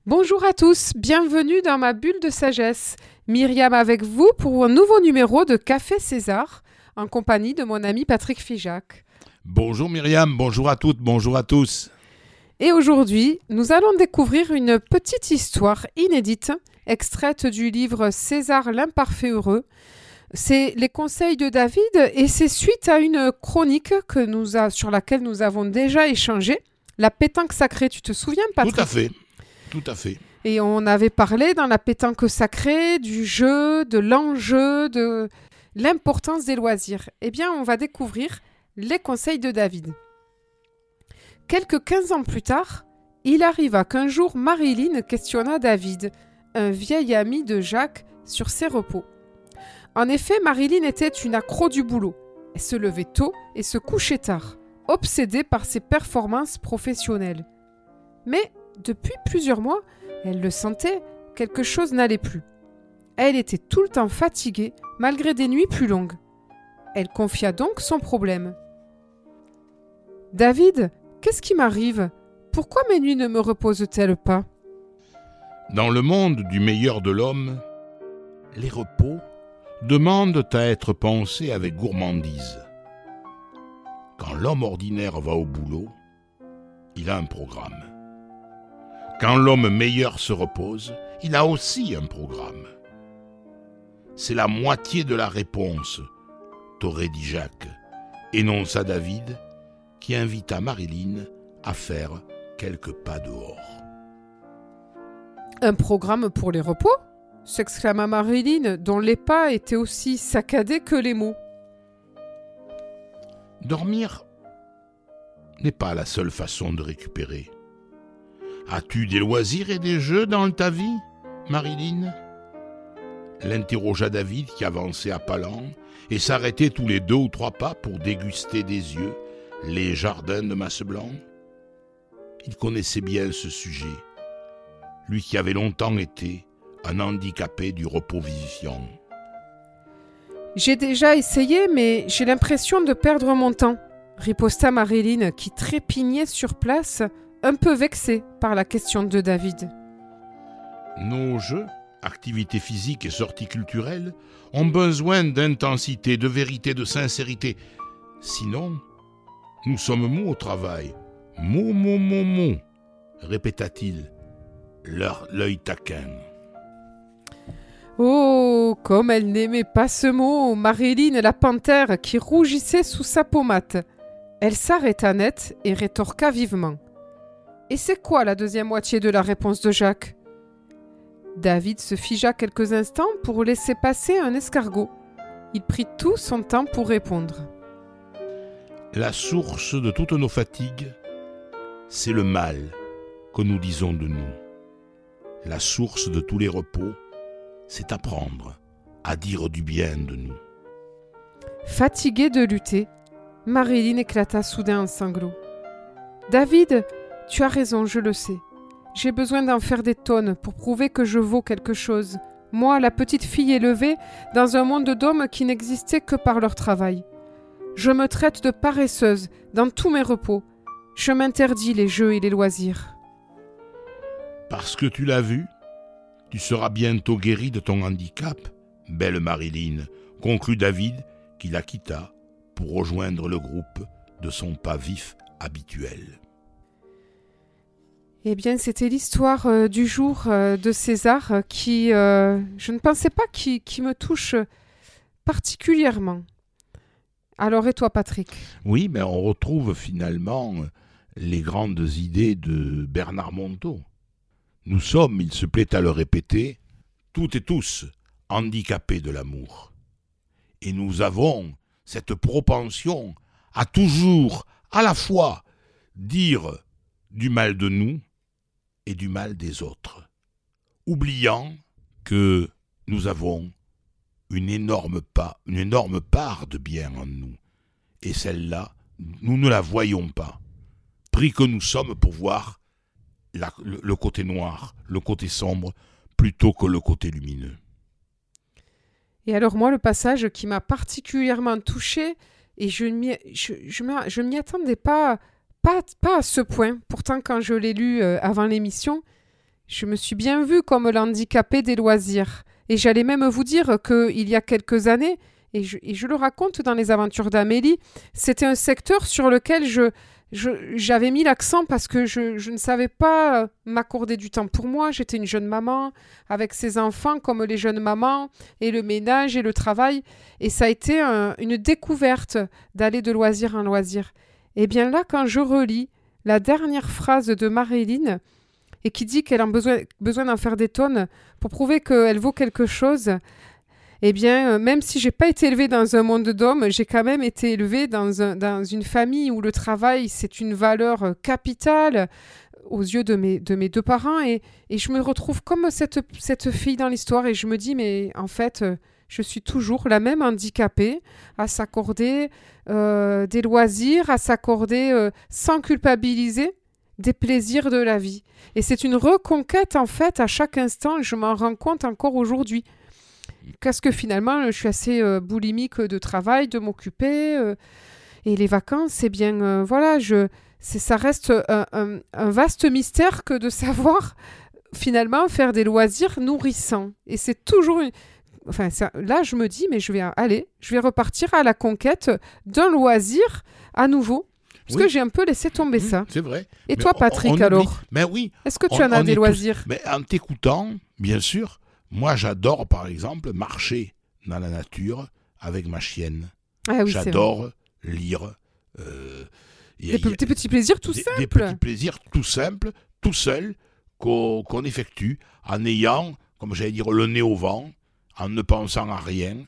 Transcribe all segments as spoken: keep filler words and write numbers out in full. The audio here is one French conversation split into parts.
Bonjour à tous, bienvenue dans ma bulle de sagesse. Myriam avec vous pour un nouveau numéro de Café César, en compagnie de mon ami Patrick Figeac. Bonjour Myriam, bonjour à toutes, bonjour à tous. Et aujourd'hui, nous allons découvrir une petite histoire inédite, extraite du livre César l'imparfait heureux. C'est les conseils de David et c'est suite à une chronique que nous a, sur laquelle nous avons déjà échangé. La pétanque sacrée, tu te souviens, Patrick ? Tout à fait, tout à fait. Et on avait parlé dans la pétanque sacrée du jeu, de l'enjeu, de l'importance des loisirs. Eh bien, on va découvrir les conseils de David. Quelques quinze ans plus tard, il arriva qu'un jour Marilyn questionna David, un vieil ami de Jacques, sur ses repos. En effet, Marilyn était une accro du boulot. Elle se levait tôt et se couchait tard, obsédée par ses performances professionnelles. Mais depuis plusieurs mois, elle le sentait, quelque chose n'allait plus. Elle était tout le temps fatiguée, malgré des nuits plus longues. Elle confia donc son problème. « David, qu'est-ce qui m'arrive ? Pourquoi mes nuits ne me reposent-elles pas ?» Dans le monde du meilleur de l'homme, les repos demandent à être pensés avec gourmandise. Quand l'homme ordinaire va au boulot, il a un programme. Quand l'homme meilleur se repose, il a aussi un programme. C'est la moitié de la réponse, t'aurait dit Jacques, énonça David, qui invita Marilyn à faire quelques pas dehors. « Un programme pour les repos ?» s'exclama Marilyn, dont les pas étaient aussi saccadés que les mots. Dormir n'est pas la seule façon de récupérer. As-tu des loisirs et des jeux dans ta vie, Marilyn ? L'interrogea David qui avançait à pas lents et s'arrêtait tous les deux ou trois pas pour déguster des yeux les jardins de Masseblanc. Il connaissait bien ce sujet, lui qui avait longtemps été un handicapé du repos vivifiant. J'ai déjà essayé, mais j'ai l'impression de perdre mon temps, riposta Marilyn qui trépignait sur place, un peu vexée par la question de David. Nos jeux, activités physiques et sorties culturelles, ont besoin d'intensité, de vérité, de sincérité. Sinon, nous sommes mous au travail. Mou, mou, mou, mou, répéta-t-il, leur, l'œil taquin. Oh, comme elle n'aimait pas ce mot, Marilyn la panthère qui rougissait sous sa pommade. Elle s'arrêta net et rétorqua vivement. Et c'est quoi la deuxième moitié de la réponse de Jacques ? David se figea quelques instants pour laisser passer un escargot. Il prit tout son temps pour répondre. La source de toutes nos fatigues, c'est le mal que nous disons de nous. La source de tous les repos, c'est apprendre à dire du bien de nous. Fatiguée de lutter, Marilyn éclata soudain en sanglots. « David, tu as raison, je le sais. J'ai besoin d'en faire des tonnes pour prouver que je vaux quelque chose. Moi, la petite fille élevée dans un monde d'hommes qui n'existaient que par leur travail. Je me traite de paresseuse dans tous mes repos. Je m'interdis les jeux et les loisirs. » Parce que tu l'as vu, tu seras bientôt guérie de ton handicap, belle Marilyn, conclut David, qui la quitta pour rejoindre le groupe de son pas vif habituel. Eh bien, c'était l'histoire euh, du jour euh, de César euh, qui, euh, je ne pensais pas, qui, qui me touche particulièrement. Alors, et toi, Patrick ? Oui, mais on retrouve finalement les grandes idées de Bernard Monteau. Nous sommes, il se plaît à le répéter, toutes et tous handicapés de l'amour. Et nous avons cette propension à toujours, à la fois, dire du mal de nous et du mal des autres, oubliant que nous avons une énorme part, une énorme part de bien en nous. Et celle-là, nous ne la voyons pas, pris que nous sommes pour voir la, le, le côté noir, le côté sombre, plutôt que le côté lumineux. Et alors moi, le passage qui m'a particulièrement touchée, et je ne m'y, je, je m'y, je m'y attendais pas, pas, pas à ce point, pourtant quand je l'ai lu euh, avant l'émission, Je me suis bien vue comme l'handicapée des loisirs. Et j'allais même vous dire qu'il y a quelques années, et je, et je le raconte dans les aventures d'Amélie, c'était un secteur sur lequel je, je, j'avais mis l'accent parce que je, je ne savais pas m'accorder du temps pour moi. J'étais une jeune maman avec ses enfants comme les jeunes mamans, et le ménage et le travail. Et ça a été un, une découverte d'aller de loisir en loisir. Et bien là, quand je relis la dernière phrase de Marilyn, et qui dit qu'elle a besoin, besoin d'en faire des tonnes pour prouver qu'elle vaut quelque chose, eh bien, euh, même si je n'ai pas été élevée dans un monde d'hommes, j'ai quand même été élevée dans, un, dans une famille où le travail, c'est une valeur capitale aux yeux de mes, de mes deux parents. Et, et je me retrouve comme cette, cette fille dans l'histoire et je me dis, mais en fait, euh, je suis toujours la même handicapée à s'accorder euh, des loisirs, à s'accorder euh, sans culpabiliser des plaisirs de la vie. Et c'est une reconquête, en fait, à chaque instant, je m'en rends compte encore aujourd'hui. Parce que finalement, je suis assez euh, boulimique de travail, de m'occuper. Euh, et les vacances, c'est bien, euh, voilà, je, c'est, ça reste un, un, un vaste mystère que de savoir, finalement, faire des loisirs nourrissants. Et c'est toujours... Une... Enfin, ça, là, je me dis, mais je vais aller, je vais repartir à la conquête d'un loisir à nouveau. Parce oui. que j'ai un peu laissé tomber mmh, ça. C'est vrai. Et mais toi, Patrick, on, on alors oublie... Mais oui. Est-ce que tu on, en as des loisirs tous... Mais en t'écoutant, bien sûr, moi, j'adore, par exemple, marcher dans la nature avec ma chienne. Ah oui, j'adore lire. Euh, des, a, des petits plaisirs tout des, simples. Des petits plaisirs tout simples, tout seuls, qu'on, qu'on effectue en ayant, comme j'allais dire, le nez au vent, en ne pensant à rien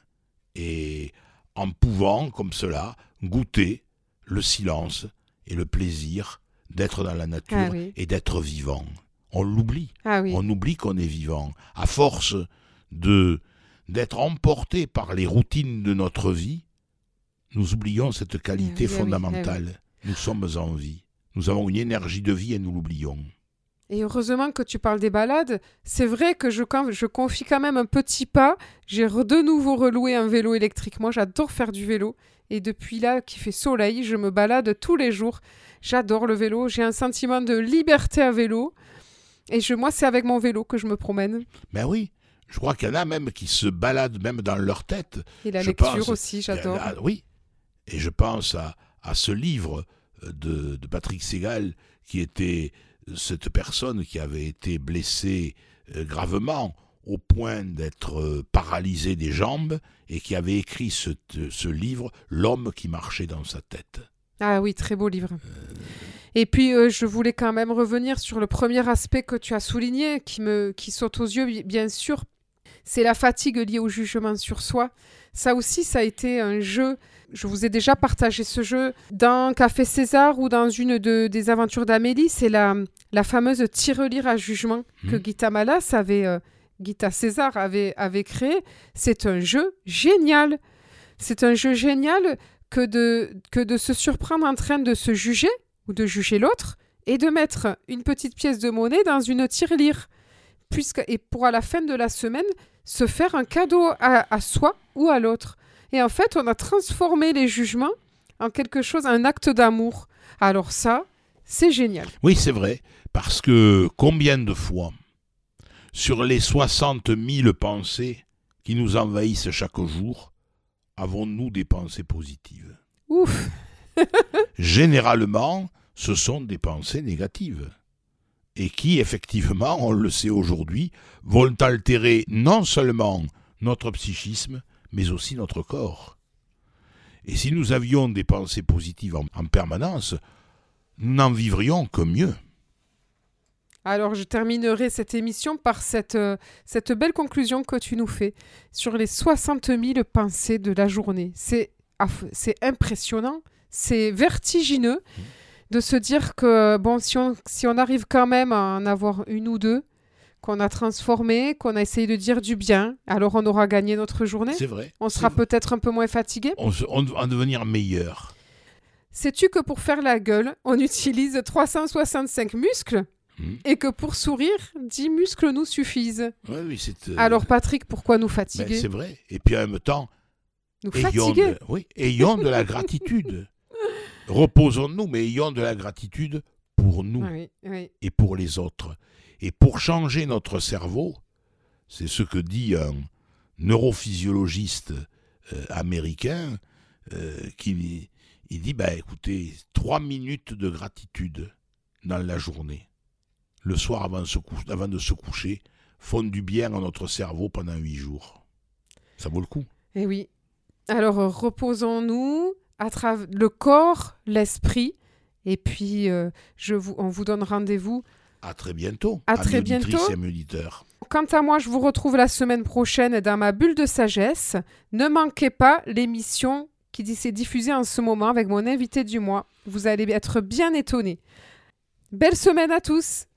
et en pouvant, comme cela, goûter le silence et le plaisir d'être dans la nature ah oui. et d'être vivant. On l'oublie. Ah oui. On oublie qu'on est vivant. À force de, d'être emporté par les routines de notre vie, nous oublions cette qualité ah oui, fondamentale. Ah oui. oui. Nous sommes en vie. Nous avons une énergie de vie et nous l'oublions. Et heureusement que tu parles des balades. C'est vrai que je, quand, je confie quand même un petit pas. J'ai de nouveau reloué un vélo électrique. Moi, j'adore faire du vélo. Et depuis là, qu'il fait soleil, je me balade tous les jours. J'adore le vélo. J'ai un sentiment de liberté à vélo. Et je, moi, c'est avec mon vélo que je me promène. Ben oui. Je crois qu'il y en a même qui se baladent même dans leur tête. Et la je lecture pense, aussi, j'adore. A, oui. Et je pense à, à ce livre de, de Patrick Segal, qui était cette personne qui avait été blessée euh, gravement au point d'être euh, paralysé des jambes et qui avait écrit ce, ce livre, L'homme qui marchait dans sa tête. Ah oui, très beau livre. Euh... Et puis, euh, je voulais quand même revenir sur le premier aspect que tu as souligné, qui, me, qui saute aux yeux, bien sûr, c'est la fatigue liée au jugement sur soi. Ça aussi, ça a été un jeu. Je vous ai déjà partagé ce jeu dans Café César ou dans une de, des aventures d'Amélie. C'est la, la fameuse tirelire à jugement mmh. que Gita Malas avait, euh, Gita César avait, avait créé. C'est un jeu génial. C'est un jeu génial que de, que de se surprendre en train de se juger ou de juger l'autre et de mettre une petite pièce de monnaie dans une tirelire. Puisque, et pour à la fin de la semaine, se faire un cadeau à, à soi ou à l'autre. Et en fait, on a transformé les jugements en quelque chose, un acte d'amour. Alors ça, c'est génial. Oui, c'est vrai, parce que combien de fois, sur les soixante mille pensées qui nous envahissent chaque jour, avons-nous des pensées positives ? Ouf. Généralement, ce sont des pensées négatives. Et qui, effectivement, on le sait aujourd'hui, vont altérer non seulement notre psychisme, mais aussi notre corps. Et si nous avions des pensées positives en, en permanence, nous n'en vivrions que mieux. Alors, je terminerai cette émission par cette, euh, cette belle conclusion que tu nous fais sur les soixante mille pensées de la journée. C'est, c'est impressionnant, c'est vertigineux. Mmh. De se dire que, bon, si on, si on arrive quand même à en avoir une ou deux, qu'on a transformé, qu'on a essayé de dire du bien, alors on aura gagné notre journée. C'est vrai. On sera vrai. peut-être un peu moins fatigué. On, on va devenir meilleur. Sais-tu que pour faire la gueule, on utilise trois cent soixante-cinq muscles mmh. et que pour sourire, dix muscles nous suffisent. Oui, oui, c'est... Euh... Alors Patrick, pourquoi nous fatiguer ? Ben, c'est vrai. Et puis en même temps, nous ayons fatiguer. De, oui, ayons de la gratitude. Reposons-nous, mais ayons de la gratitude pour nous oui, oui. et pour les autres. Et pour changer notre cerveau, c'est ce que dit un neurophysiologiste euh, américain, euh, qui il dit, bah, écoutez, trois minutes de gratitude dans la journée, le soir avant de se, cou- avant de se coucher, font du bien à notre cerveau pendant huit jours. Ça vaut le coup. Eh oui. Alors, euh, reposons-nous à travers le corps, l'esprit, et puis euh, je vous, on vous donne rendez-vous. À très bientôt. À amis très auditrices bientôt. et amis auditeurs. Quant à moi, je vous retrouve la semaine prochaine dans ma bulle de sagesse. Ne manquez pas l'émission qui s'est diffusée en ce moment avec mon invité du mois. Vous allez être bien étonnés. Belle semaine à tous!